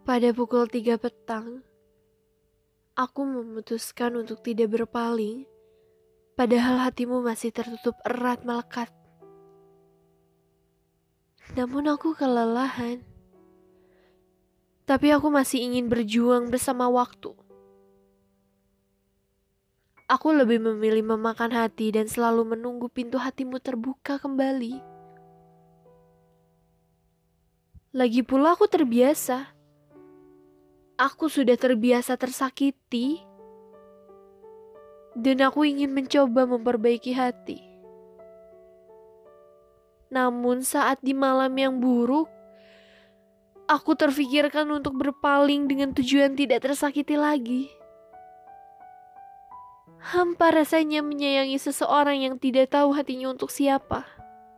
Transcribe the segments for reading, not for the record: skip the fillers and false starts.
Pada pukul 3 petang, aku memutuskan untuk tidak berpaling, padahal hatimu masih tertutup erat melekat. Namun aku kelelahan, tapi aku masih ingin berjuang bersama waktu. Aku lebih memilih memakan hati dan selalu menunggu pintu hatimu terbuka kembali. Lagi pula aku terbiasa. Aku sudah terbiasa tersakiti, dan aku ingin mencoba memperbaiki hati. Namun saat di malam yang buruk, aku terfikirkan untuk berpaling dengan tujuan tidak tersakiti lagi. Hampa rasanya menyayangi seseorang yang tidak tahu hatinya untuk siapa.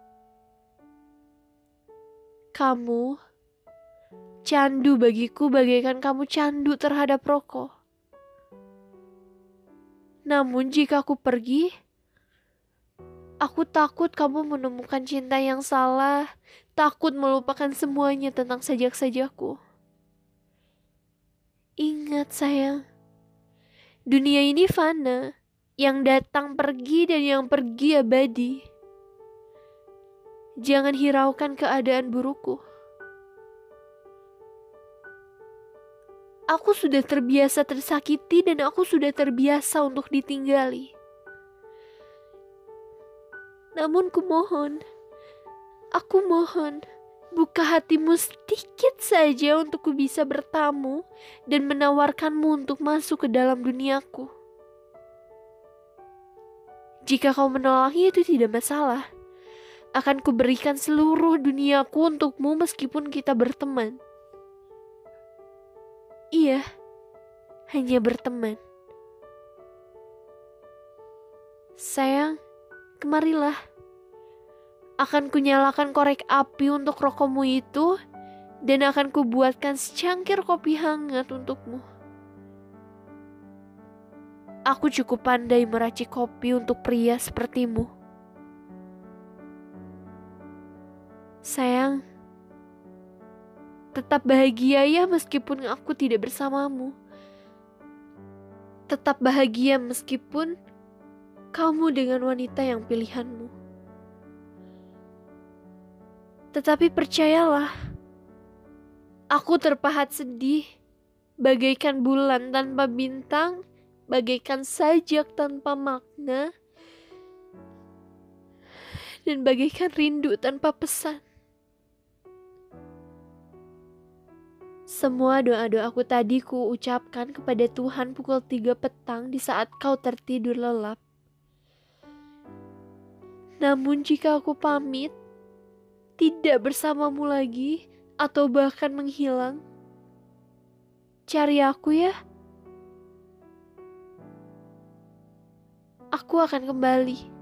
Kamu, candu bagiku bagaikan kamu candu terhadap rokok. Namun jika aku pergi, aku takut kamu menemukan cinta yang salah, takut melupakan semuanya tentang sajak-sajakku. Ingat sayang, dunia ini fana, yang datang pergi dan yang pergi abadi. Jangan hiraukan keadaan burukku. Aku sudah terbiasa tersakiti dan aku sudah terbiasa untuk ditinggali. Namun aku mohon, buka hatimu sedikit saja untuk ku bisa bertamu dan menawarkanmu untuk masuk ke dalam duniaku. Jika kau menolaknya itu tidak masalah. Akan kuberikan seluruh duniaku untukmu meskipun kita berteman. Iya, hanya berteman. Sayang, kemarilah. Akan kunyalakan korek api untuk rokokmu itu dan akan kubuatkan secangkir kopi hangat untukmu. Aku cukup pandai meracik kopi untuk pria sepertimu. Sayang, tetap bahagia ya meskipun aku tidak bersamamu. Tetap bahagia meskipun kamu dengan wanita yang pilihanmu. Tetapi percayalah, aku terpahat sedih, bagaikan bulan tanpa bintang, bagaikan sajak tanpa makna, dan bagaikan rindu tanpa pesan. Semua doa-doaku tadi ku ucapkan kepada Tuhan pukul 3 petang di saat kau tertidur lelap. Namun jika aku pamit, tidak bersamamu lagi, atau bahkan menghilang, cari aku ya. Aku akan kembali.